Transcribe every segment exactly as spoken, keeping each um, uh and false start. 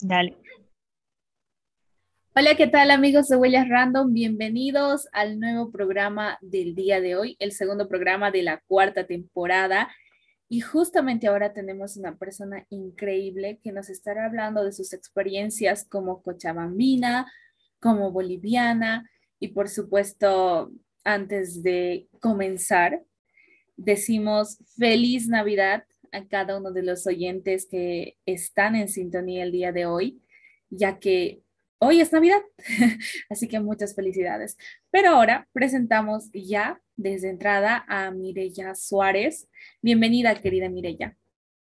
Dale. Hola, ¿qué tal amigos de Huellas Random? Bienvenidos al nuevo programa del día de hoy, el segundo programa de la cuarta temporada. Y justamente ahora tenemos una persona increíble que nos estará hablando de sus experiencias como cochabambina, como boliviana y por supuesto, antes de comenzar, decimos feliz Navidad a cada uno de los oyentes que están en sintonía el día de hoy, ya que hoy es Navidad. Así que muchas felicidades. Pero ahora presentamos ya desde entrada a Mireya Suárez. Bienvenida, querida Mireya.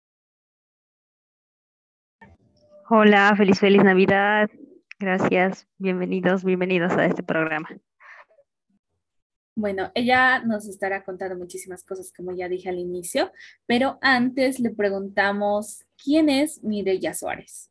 Hola, feliz, feliz Navidad. Gracias. Bienvenidos, bienvenidos a este programa. Bueno, ella nos estará contando muchísimas cosas, como ya dije al inicio, pero antes le preguntamos, ¿quién es Mireya Suárez?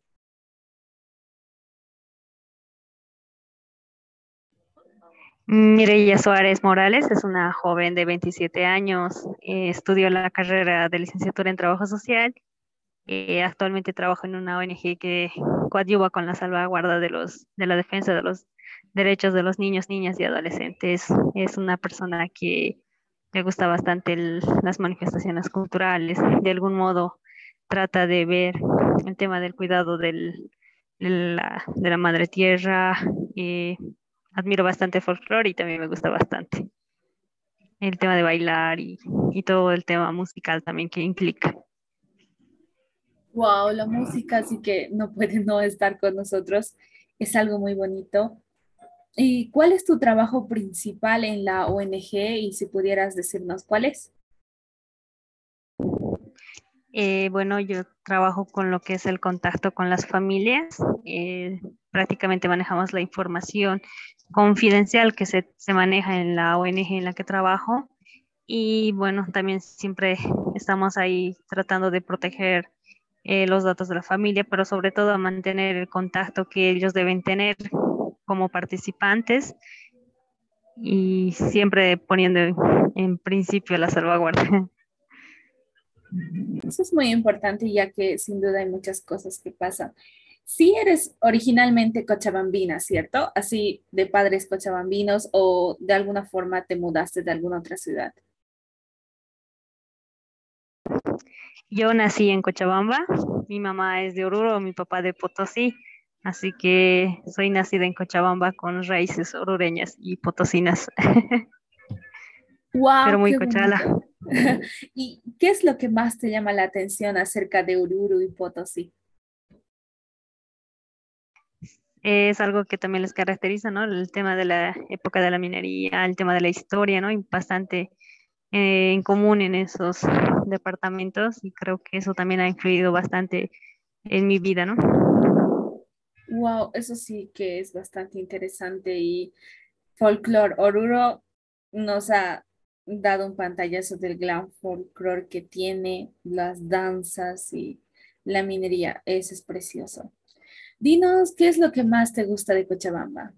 Mireya Suárez Morales es una joven de veintisiete años. Eh, estudió la carrera de licenciatura en Trabajo Social. Eh, actualmente trabajo en una O N G que coadyuva con la salvaguarda de los, de la defensa de los derechos de los niños, niñas y adolescentes. Es una persona que le gusta bastante el- las manifestaciones culturales. De algún modo trata de ver el tema del cuidado del, de la, de la madre tierra. eh, Admiro bastante el folclore y también me gusta bastante el tema de bailar y, y todo el tema musical también que implica. Wow, la música sí que no puede no estar con nosotros. Es algo muy bonito. ¿Y cuál es tu trabajo principal en la O N G? Y si pudieras decirnos cuál es. Eh, bueno, yo trabajo con lo que es el contacto con las familias. Eh, prácticamente manejamos la información confidencial que se, se maneja en la O N G en la que trabajo. Y bueno, también siempre estamos ahí tratando de proteger eh, los datos de la familia, pero sobre todo a mantener el contacto que ellos deben tener como participantes y siempre poniendo en, en principio la salvaguardia. Eso es muy importante ya que sin duda hay muchas cosas que pasan. Si eres originalmente cochabambina, ¿cierto? Así de padres cochabambinos o de alguna forma te mudaste de alguna otra ciudad. Yo nací en Cochabamba, mi mamá es de Oruro, mi papá de Potosí, así que soy nacida en Cochabamba con raíces orureñas y potosinas, pero ¡Wow! muy ¡Qué cochala. bonito! ¿Y qué es lo que más te llama la atención acerca de Oruro y Potosí? Es algo que también les caracteriza, ¿no? El tema de la época de la minería, el tema de la historia, ¿no? Y bastante eh, en común en esos departamentos y creo que eso también ha influido bastante en mi vida, ¿no? Wow, eso sí que es bastante interesante y folklore. Oruro nos ha dado un pantallazo del gran folklore que tiene, las danzas y la minería. Eso es precioso. Dinos, ¿qué es lo que más te gusta de Cochabamba?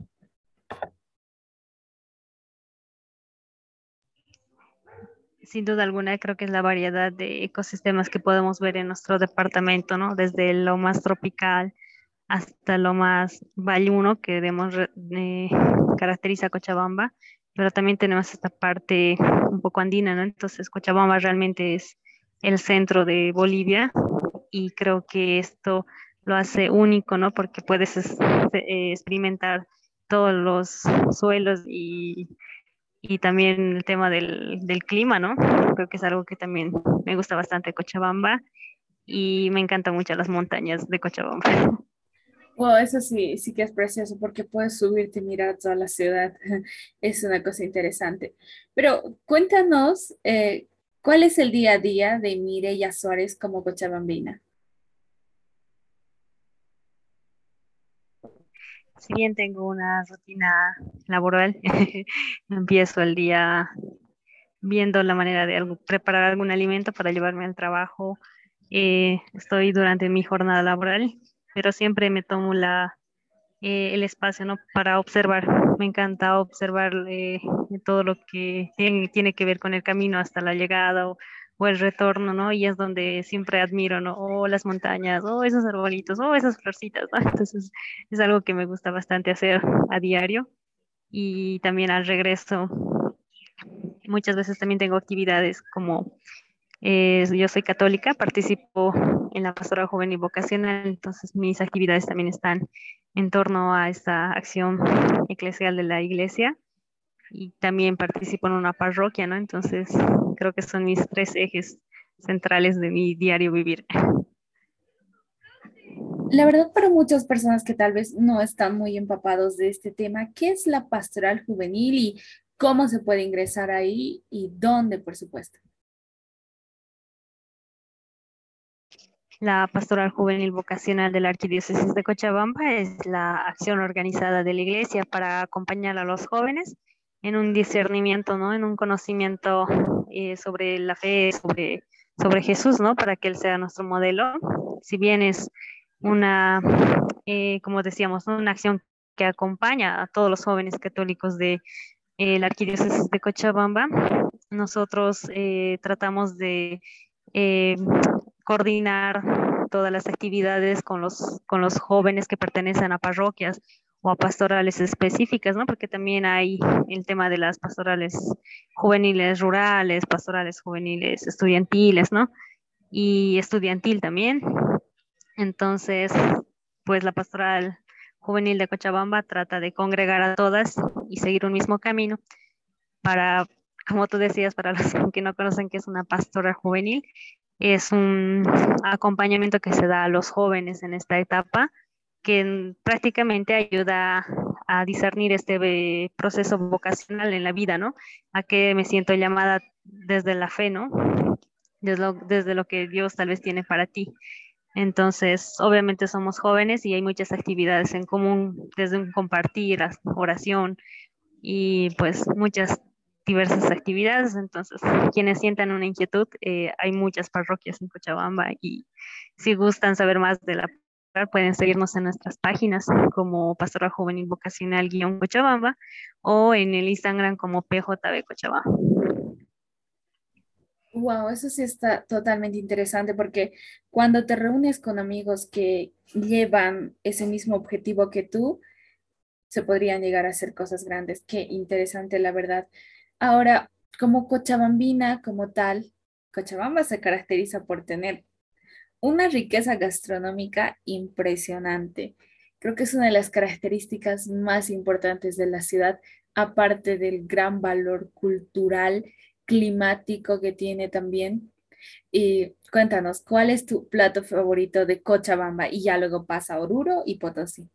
Sin duda alguna, creo que es la variedad de ecosistemas que podemos ver en nuestro departamento, ¿no? Desde lo más tropical hasta lo más bayuno que demos, re- eh, caracteriza a Cochabamba, pero también tenemos esta parte un poco andina, ¿no? Entonces, Cochabamba realmente es el centro de Bolivia y creo que esto lo hace único, ¿no? Porque puedes es- eh, experimentar todos los suelos y y también el tema del, del clima, ¿no? Creo que es algo que también me gusta bastante de Cochabamba y me encantan mucho las montañas de Cochabamba. Wow, eso sí, sí que es precioso porque puedes subirte y mirar toda la ciudad. Es una cosa interesante. Pero cuéntanos, eh, ¿cuál es el día a día de Mireya Suárez como cochabambina? Si bien tengo una rutina laboral, empiezo el día viendo la manera de algo- preparar algún alimento para llevarme al trabajo. Eh, estoy durante mi jornada laboral, pero siempre me tomo la eh, el espacio, ¿no? Para observar. Me encanta observar eh, todo lo que tiene, tiene que ver con el camino hasta la llegada o, o el retorno, ¿no? Y es donde siempre admiro, ¿no? O las montañas, o esos arbolitos, o esas florcitas, ¿no? Entonces es algo que me gusta bastante hacer a diario y también al regreso. Muchas veces también tengo actividades como eh, yo soy católica, participo en la pastoral juvenil vocacional, entonces mis actividades también están en torno a esta acción eclesial de la iglesia y también participo en una parroquia, ¿no? Entonces creo que son mis tres ejes centrales de mi diario vivir. La verdad, para muchas personas que tal vez no están muy empapados de este tema, ¿qué es la pastoral juvenil y cómo se puede ingresar ahí y dónde, por supuesto? La pastoral juvenil vocacional de la Arquidiócesis de Cochabamba es la acción organizada de la iglesia para acompañar a los jóvenes en un discernimiento, ¿no? En un conocimiento eh, sobre la fe, sobre, sobre Jesús, ¿no? Para que Él sea nuestro modelo. Si bien es una, eh, como decíamos, ¿no? Una acción que acompaña a todos los jóvenes católicos de eh, la Arquidiócesis de Cochabamba, nosotros eh, tratamos de eh, coordinar todas las actividades con los, con los jóvenes que pertenecen a parroquias o a pastorales específicas, ¿no? Porque también hay el tema de las pastorales juveniles rurales, pastorales juveniles estudiantiles, ¿no? Y estudiantil también. Entonces, pues la pastoral juvenil de Cochabamba trata de congregar a todas y seguir un mismo camino para, como tú decías, para los que no conocen qué es una pastora juvenil, es un acompañamiento que se da a los jóvenes en esta etapa que prácticamente ayuda a discernir este eh, proceso vocacional en la vida, ¿no? A qué me siento llamada desde la fe, ¿no? Desde lo, desde lo que Dios tal vez tiene para ti. Entonces, obviamente somos jóvenes y hay muchas actividades en común, desde un compartir, oración, y pues muchas diversas actividades. Entonces, quienes sientan una inquietud, eh, hay muchas parroquias en Cochabamba y si gustan saber más de la pastoral, pueden seguirnos en nuestras páginas como Pastoral Juvenil Vocacional guión Cochabamba o en el Instagram como P J B Cochabamba. Wow, eso sí está totalmente interesante porque cuando te reúnes con amigos que llevan ese mismo objetivo que tú, se podrían llegar a hacer cosas grandes. Qué interesante, la verdad. Ahora, como cochabambina, como tal, Cochabamba se caracteriza por tener una riqueza gastronómica impresionante. Creo que es una de las características más importantes de la ciudad, aparte del gran valor cultural, climático que tiene también. Y cuéntanos, ¿cuál es tu plato favorito de Cochabamba? Y ya luego pasa a Oruro y Potosí.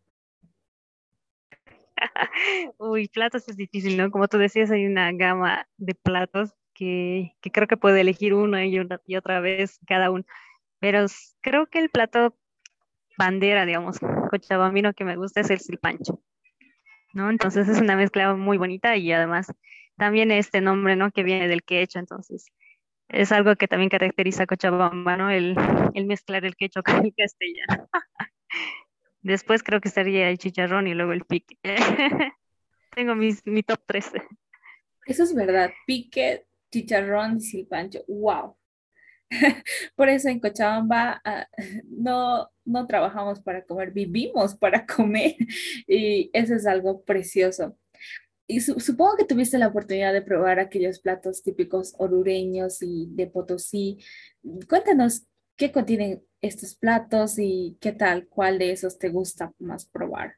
Uy, platos es difícil, ¿no? Como tú decías, hay una gama de platos que, que creo que puedo elegir uno y, una- y otra vez cada uno. Pero s- creo que el plato bandera, digamos, cochabambino que me gusta es el silpancho, ¿no? Entonces es una mezcla muy bonita y además también este nombre, ¿no? Que viene del quechua, entonces es algo que también caracteriza a Cochabamba, ¿no? El, el mezclar el quechua con el castellano. Después creo que estaría el chicharrón y luego el pique. Tengo mis, mi top tres. Eso es verdad. Pique, chicharrón y silpancho. ¡Wow! Por eso en Cochabamba ah, no, no trabajamos para comer, vivimos para comer y eso es algo precioso. Y su- supongo que tuviste la oportunidad de probar aquellos platos típicos orureños y de Potosí. Cuéntanos qué contienen estos platos y qué tal, cuál de esos te gusta más probar.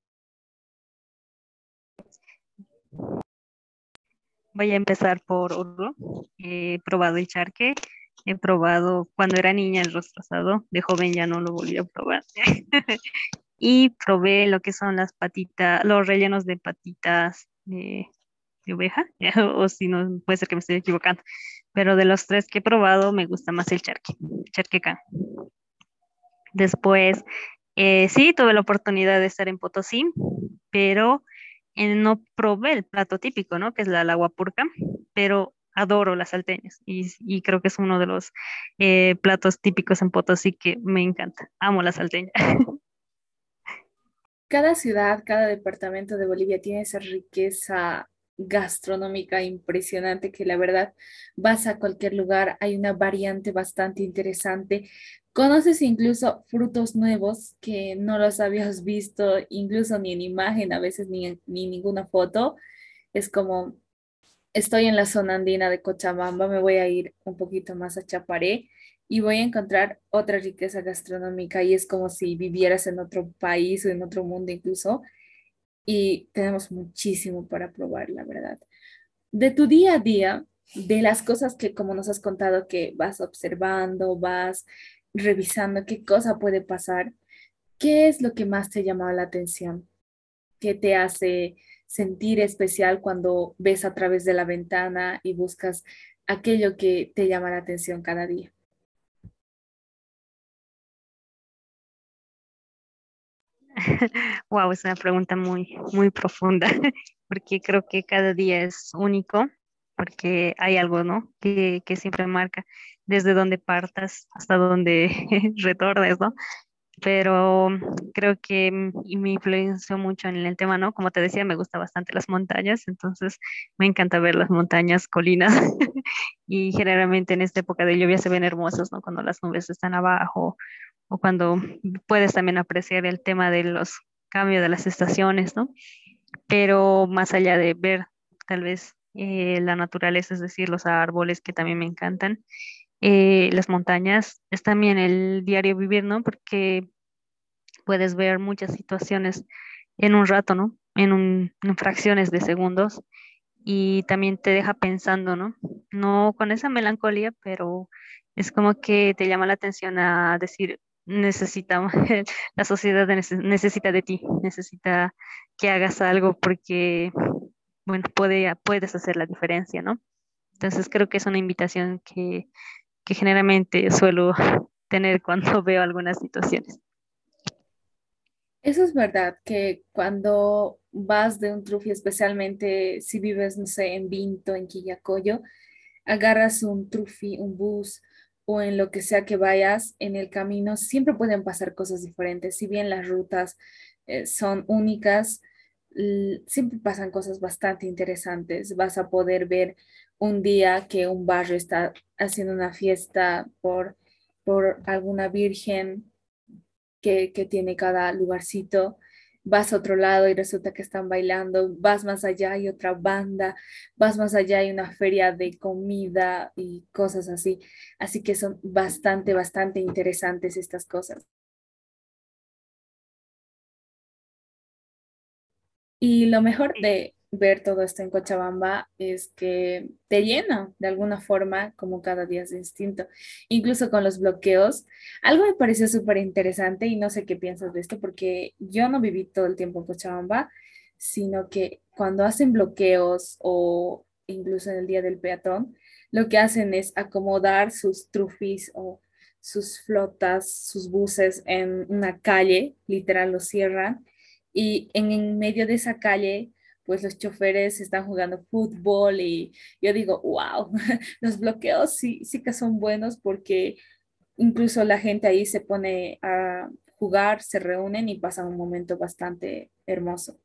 Voy a empezar por Oruro. He probado el charque, he probado cuando era niña el rostrazado, de joven ya no lo volví a probar. Y probé lo que son las patitas, los rellenos de patitas de, de oveja, o si no, puede ser que me estoy equivocando. Pero de los tres que he probado, me gusta más el charque, charquecán. Después, eh, sí, tuve la oportunidad de estar en Potosí, pero eh, no probé el plato típico, ¿no? Que es la, la guapurca, pero adoro las salteñas y, y creo que es uno de los eh, platos típicos en Potosí que me encanta. Amo la salteña. Cada ciudad, cada departamento de Bolivia tiene esa riqueza gastronómica impresionante que la verdad vas a cualquier lugar, hay una variante bastante interesante. Conoces incluso frutos nuevos que no los habías visto, incluso ni en imagen, a veces ni en ni ninguna foto. Es como estoy en la zona andina de Cochabamba, me voy a ir un poquito más a Chaparé y voy a encontrar otra riqueza gastronómica y es como si vivieras en otro país o en otro mundo incluso y tenemos muchísimo para probar, la verdad. De tu día a día, de las cosas que como nos has contado que vas observando, vas revisando qué cosa puede pasar, ¿qué es lo que más te ha llamado la atención? ¿Qué te hace sentir especial cuando ves a través de la ventana y buscas aquello que te llama la atención cada día? Wow, es una pregunta muy, muy profunda, porque creo que cada día es único, porque hay algo, ¿no? Que, que siempre marca desde donde partas hasta donde retornes, ¿no? Pero creo que mm, y me influenció mucho en el tema, ¿no? Como te decía, me gusta bastante las montañas, entonces me encanta ver las montañas, colinas, y generalmente en esta época de lluvia se ven hermosos, ¿no? Cuando las nubes están abajo o cuando puedes también apreciar el tema de los cambios de las estaciones, ¿no? Pero más allá de ver tal vez eh, la naturaleza, es decir, los árboles que también me encantan, eh, las montañas, es también el diario vivir, ¿no? Porque puedes ver muchas situaciones en un rato, ¿no? En un, en fracciones de segundos y también te deja pensando, ¿no? No con esa melancolía, pero es como que te llama la atención a decir, necesitamos, la sociedad nece- necesita de ti, necesita que hagas algo porque, bueno, puede, puedes hacer la diferencia, ¿no? Entonces creo que es una invitación que, que generalmente suelo tener cuando veo algunas situaciones. Eso es verdad, que cuando vas de un trufi, especialmente si vives, no sé, en Vinto, en Quillacollo, agarras un trufi, un bus o en lo que sea que vayas en el camino, siempre pueden pasar cosas diferentes. Si bien las rutas eh, son únicas, l- siempre pasan cosas bastante interesantes. Vas a poder ver un día que un barrio está haciendo una fiesta por, por alguna virgen que, que tiene cada lugarcito. Vas a otro lado y resulta que están bailando, vas más allá hay otra banda, vas más allá hay una feria de comida y cosas así. Así que son bastante, bastante interesantes estas cosas. Y lo mejor Sí, de ver todo esto en Cochabamba es que te llena de alguna forma, como cada día es distinto. Incluso con los bloqueos. Algo me pareció súper interesante y no sé qué piensas de esto porque yo no viví todo el tiempo en Cochabamba, sino que cuando hacen bloqueos o incluso en el día del peatón, lo que hacen es acomodar sus trufis o sus flotas, sus buses en una calle, literal lo cierran y en, en medio de esa calle, pues los choferes están jugando fútbol y yo digo, wow, los bloqueos sí, sí que son buenos porque incluso la gente ahí se pone a jugar, se reúnen y pasan un momento bastante hermoso.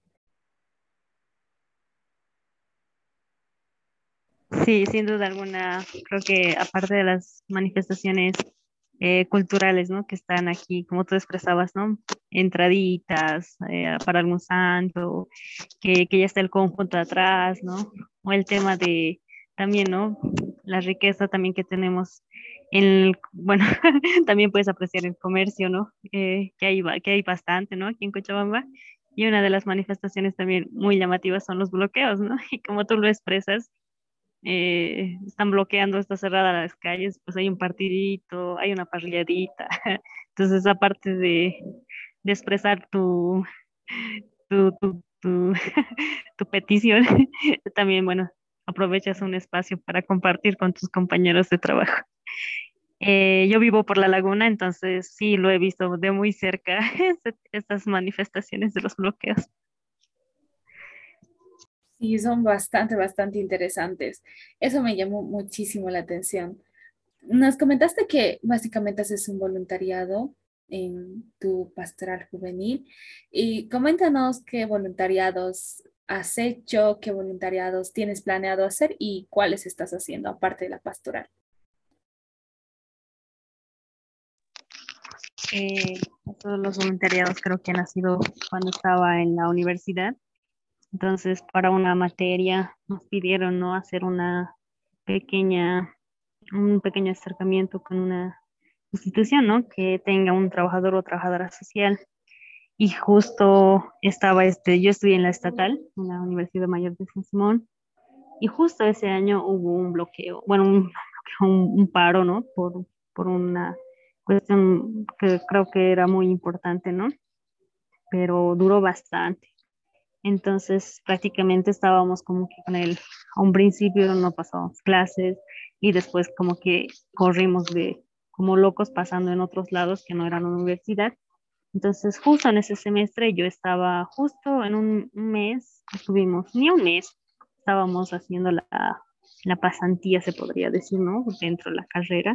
sí, sin duda alguna, creo que aparte de las manifestaciones eh, culturales, ¿no? Que están aquí, como tú expresabas, ¿no? Entraditas eh, para algún santo, que, que ya está el conjunto atrás, ¿no? O el tema de también, ¿no? La riqueza también que tenemos en, el- bueno, también puedes apreciar el comercio, ¿no? Eh, que hay, ba- que hay bastante, ¿no? Aquí en Cochabamba. Y una de las manifestaciones también muy llamativas son los bloqueos, ¿no? Y como tú lo expresas, eh, están bloqueando, está cerrada las calles, pues hay un partidito, hay una parrilladita. Entonces, aparte de, de expresar tu, tu, tu, tu, tu petición, también, bueno, aprovechas un espacio para compartir con tus compañeros de trabajo. Eh, yo vivo por la laguna, entonces sí lo he visto de muy cerca, este- estas manifestaciones de los bloqueos. Y son bastante, bastante interesantes. Eso me llamó muchísimo la atención. Nos comentaste que básicamente haces un voluntariado en tu pastoral juvenil y coméntanos qué voluntariados has hecho, qué voluntariados tienes planeado hacer y cuáles estás haciendo aparte de la pastoral. Eh, Todos los voluntariados creo que han nacido cuando estaba en la universidad. Entonces, para una materia nos pidieron, ¿no?, hacer una pequeña, un pequeño acercamiento con una institución, ¿no?, que tenga un trabajador o trabajadora social. Y justo estaba, este, yo estudié en la estatal, en la Universidad Mayor de San Simón, y justo ese año hubo un bloqueo, bueno, un, un, un paro, ¿no? Por, por una cuestión que creo que era muy importante, ¿no? Pero duró bastante. Entonces prácticamente estábamos como que con él, a un principio no pasábamos clases y después como que corrimos de como locos pasando en otros lados que no eran universidad. Entonces justo en ese semestre yo estaba justo en un mes, estuvimos ni un mes, estábamos haciendo la, la pasantía, se podría decir, ¿no? Dentro de la carrera.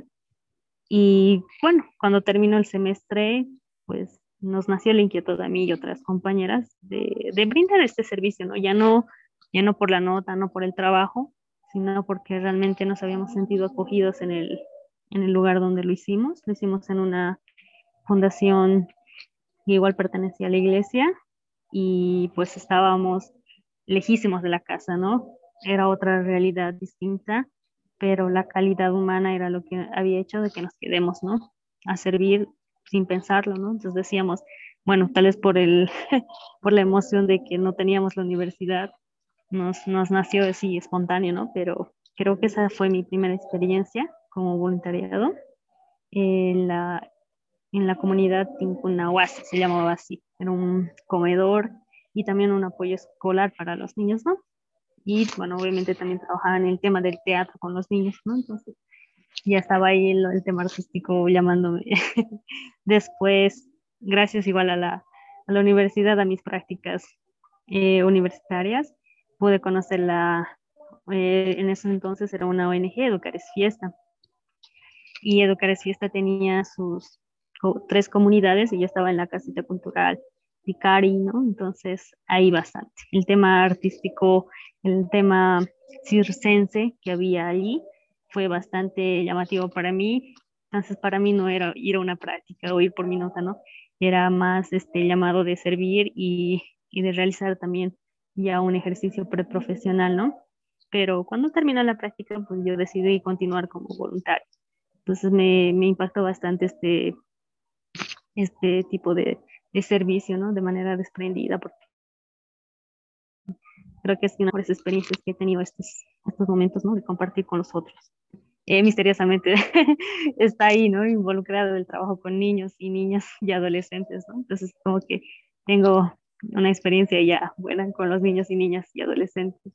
Y bueno, cuando terminó el semestre, pues nos nació la inquietud a mí y otras compañeras de, de brindar este servicio, ¿no? Ya no, ya no por la nota, no por el trabajo, sino porque realmente nos habíamos sentido acogidos en el, en el lugar donde lo hicimos. Lo hicimos en una fundación que igual pertenecía a la iglesia y pues estábamos lejísimos de la casa, ¿no? Era otra realidad distinta, pero la calidad humana era lo que había hecho de que nos quedemos, ¿no? A servir sin pensarlo, ¿no? Entonces decíamos, bueno, tal vez por el, por la emoción de que no teníamos la universidad, nos, nos nació así espontáneo, ¿no? Pero creo que esa fue mi primera experiencia como voluntariado en la, en la comunidad Tincunahuasi, se llamaba así, era un comedor y también un apoyo escolar para los niños, ¿no? Y bueno, obviamente también trabajaba en el tema del teatro con los niños, ¿no? Entonces ya estaba ahí el, el tema artístico llamándome. Después, gracias igual a la, a la universidad, a mis prácticas eh, universitarias, pude conocer la, eh, en ese entonces era una O N G, Educar es Fiesta, y Educar es Fiesta tenía sus co- tres comunidades y yo estaba en la casita cultural Picari, ¿no? Entonces ahí bastante. El tema artístico, el tema circense que había allí fue bastante llamativo para mí. Entonces para mí no era ir a una práctica o ir por mi nota, ¿no? Era más este llamado de servir y, y de realizar también ya un ejercicio preprofesional, ¿no? Pero cuando terminó la práctica, pues yo decidí continuar como voluntario. Entonces me, me impactó bastante este, este tipo de, de servicio, ¿no? De manera desprendida, porque creo que es una de las experiencias que he tenido estos, estos momentos, ¿no? De compartir con los otros. Eh, misteriosamente está ahí, ¿no? Involucrado el trabajo con niños y niñas y adolescentes, ¿no? Entonces como que tengo una experiencia ya buena con los niños y niñas y adolescentes.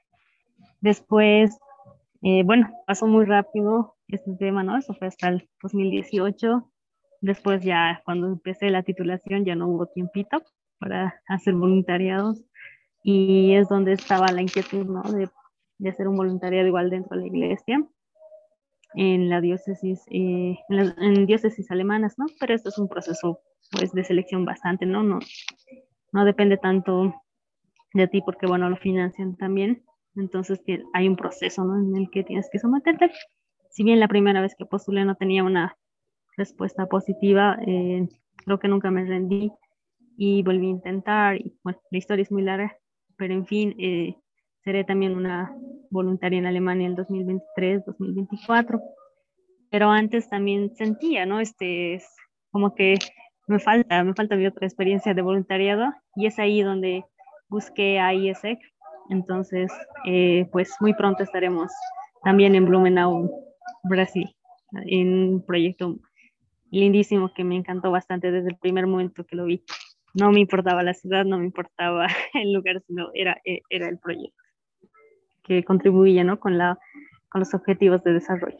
Después, eh, bueno, pasó muy rápido este tema, ¿no? Eso fue hasta el dos mil dieciocho. Después ya cuando empecé la titulación ya no hubo tiempito para hacer voluntariados y es donde estaba la inquietud, ¿no? De, de hacer un voluntariado igual dentro de la iglesia, en la diócesis, eh, en, las, en diócesis alemanas, ¿no? Pero esto es un proceso pues de selección bastante, ¿no? No, no depende tanto de ti porque, bueno, lo financian también. Entonces hay un proceso, ¿no? En el que tienes que someterte. Si bien la primera vez que postulé no tenía una respuesta positiva, eh, creo que nunca me rendí y volví a intentar. Y bueno, la historia es muy larga, pero en fin, eh, seré también una voluntaria en Alemania el dos mil veintitrés, dos mil veinticuatro. Pero antes también sentía, ¿no? Este, es como que me falta, me falta mi otra experiencia de voluntariado y es ahí donde busqué a I E S E C. Entonces, eh, pues muy pronto estaremos también en Blumenau, Brasil, en un proyecto lindísimo que me encantó bastante desde el primer momento que lo vi. No me importaba la ciudad, no me importaba el lugar, sino era, e, era el proyecto que contribuía, ¿no? Con la, con los objetivos de desarrollo.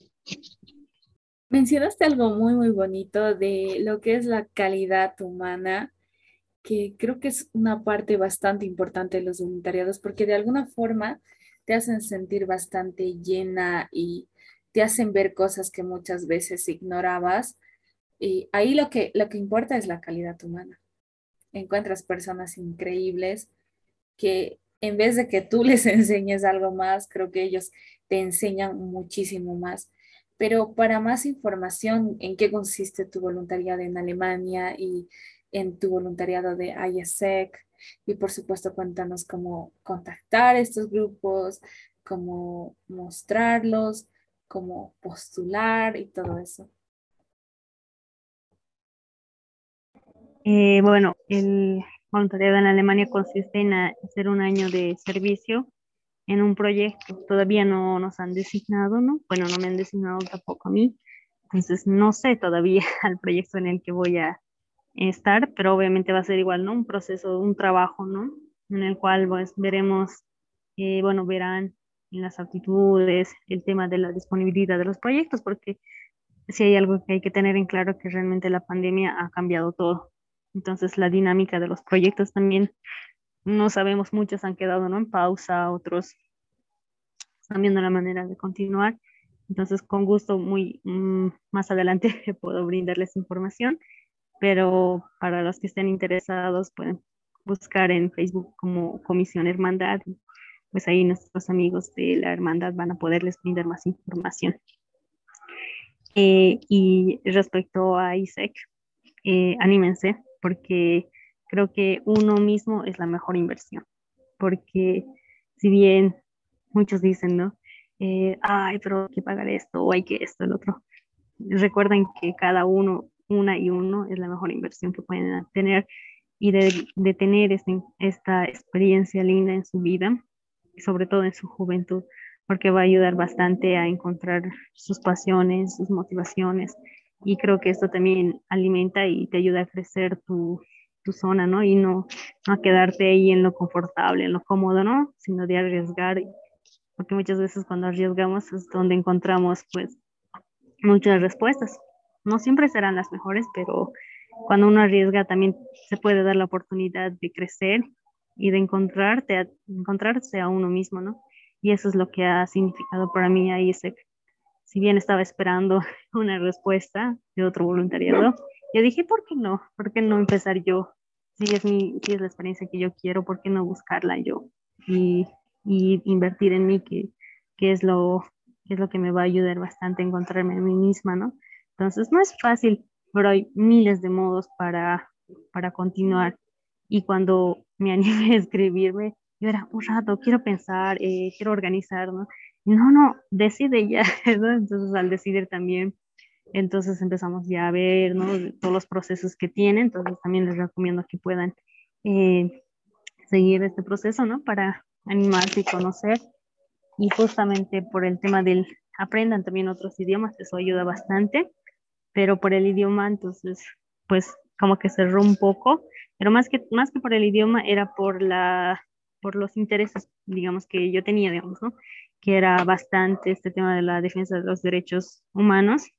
Mencionaste algo muy, muy bonito de lo que es la calidad humana, que creo que es una parte bastante importante de los voluntariados, porque de alguna forma te hacen sentir bastante llena y te hacen ver cosas que muchas veces ignorabas. Y ahí lo que, lo que importa es la calidad humana. Encuentras personas increíbles que en vez de que tú les enseñes algo más, creo que ellos te enseñan muchísimo más. Pero para más información, ¿en qué consiste tu voluntariado en Alemania y en tu voluntariado de I S E C? Y por supuesto, cuéntanos cómo contactar estos grupos, cómo mostrarlos, cómo postular y todo eso. Eh, bueno, el voluntariado en Alemania consiste en a- hacer un año de servicio en un proyecto. Todavía no nos han designado, ¿no? Bueno, no me han designado tampoco a mí. Entonces, no sé todavía al proyecto en el que voy a estar, pero obviamente va a ser igual, ¿no? Un proceso, un trabajo, ¿no? En el cual pues veremos, eh, bueno, verán en las aptitudes, el tema de la disponibilidad de los proyectos, porque si hay algo que hay que tener en claro que realmente la pandemia ha cambiado todo. Entonces, la dinámica de los proyectos también, no sabemos, muchos han quedado, ¿no? En pausa, otros están viendo la manera de continuar. Entonces, con gusto, muy mm, más adelante puedo brindarles información, pero para los que estén interesados pueden buscar en Facebook como Comisión Hermandad. Pues ahí nuestros amigos de la hermandad van a poderles brindar más información. Eh, y respecto a I S E C, eh, anímense, porque creo que uno mismo es la mejor inversión, porque si bien muchos dicen, ¿no? Eh, ay, pero hay que pagar esto o hay que esto, el otro. Recuerden que cada uno, una y uno, es la mejor inversión que pueden tener y de, de tener este, esta experiencia linda en su vida, sobre todo en su juventud, porque va a ayudar bastante a encontrar sus pasiones, sus motivaciones, y creo que esto también alimenta y te ayuda a crecer tu, tu zona, ¿no? Y no, no a quedarte ahí en lo confortable, en lo cómodo, ¿no? Sino de arriesgar, porque muchas veces cuando arriesgamos es donde encontramos, pues, muchas respuestas. No siempre serán las mejores, pero cuando uno arriesga también se puede dar la oportunidad de crecer y de encontrarte a, encontrarse a uno mismo, ¿no? Y eso es lo que ha significado para mí ahí ese, si bien estaba esperando una respuesta de otro voluntariado, yo dije, ¿por qué no? ¿Por qué no empezar yo? Si es mi, si es la experiencia que yo quiero, ¿por qué no buscarla yo? Y, y invertir en mí, que, que es lo, que es lo que me va a ayudar bastante a encontrarme a mí misma, ¿no? Entonces, no es fácil, pero hay miles de modos para, para continuar. Y cuando me animé a escribirme, yo era un rato, quiero pensar, eh, quiero organizar, ¿no? No, no, decide ya, ¿no? Entonces al decidir también, entonces empezamos ya a ver, ¿no? Todos los procesos que tienen, entonces también les recomiendo que puedan eh, seguir este proceso, ¿no? Para animarse y conocer, y justamente por el tema del, aprendan también otros idiomas, eso ayuda bastante, pero por el idioma, entonces, pues como que cerró un poco, pero más que, más que por el idioma era por la, por los intereses, digamos, que yo tenía, digamos, ¿no? Que era bastante este tema de la defensa de los derechos humanos,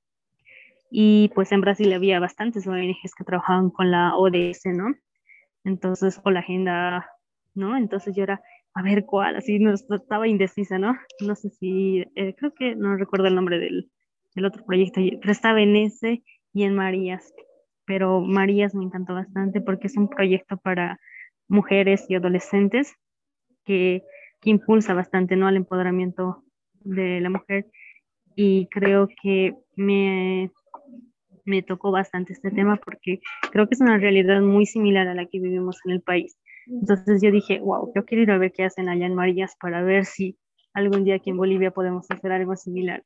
y pues en Brasil había bastantes O N Ges que trabajaban con la O D S, ¿no? Entonces, o la agenda, ¿no? Entonces yo era, a ver cuál, así no, estaba indecisa, ¿no? No sé si, eh, creo que no recuerdo el nombre del, del otro proyecto, pero estaba en ese y en Marías, pero Marías me encantó bastante porque es un proyecto para mujeres y adolescentes que, que impulsa bastante, ¿no? Al empoderamiento de la mujer, y creo que me, me tocó bastante este tema porque creo que es una realidad muy similar a la que vivimos en el país. Entonces yo dije, wow, yo quiero ir a ver qué hacen allá en Marías para ver si algún día aquí en Bolivia podemos hacer algo similar.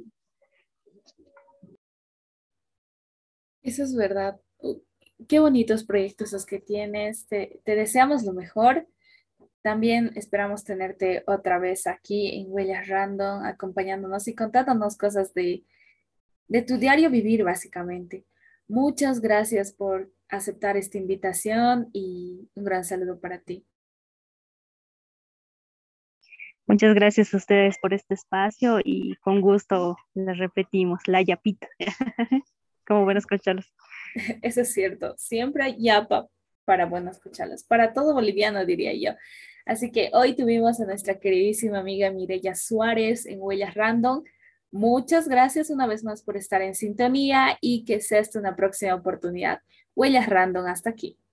Eso es verdad. Uh, Qué bonitos proyectos los que tienes. Te, te deseamos lo mejor. También esperamos tenerte otra vez aquí en Huellas Random, acompañándonos y contándonos cosas de, de tu diario vivir, básicamente. Muchas gracias por aceptar esta invitación y un gran saludo para ti. Muchas gracias a ustedes por este espacio y con gusto les repetimos, la yapita, como buenos cocholos. Eso es cierto. Siempre hay yapa para buenos escucharlos, para todo boliviano, diría yo. Así que hoy tuvimos a nuestra queridísima amiga Mireya Suárez en Huellas Random. Muchas gracias una vez más por estar en sintonía y que sea esta una próxima oportunidad. Huellas Random, hasta aquí.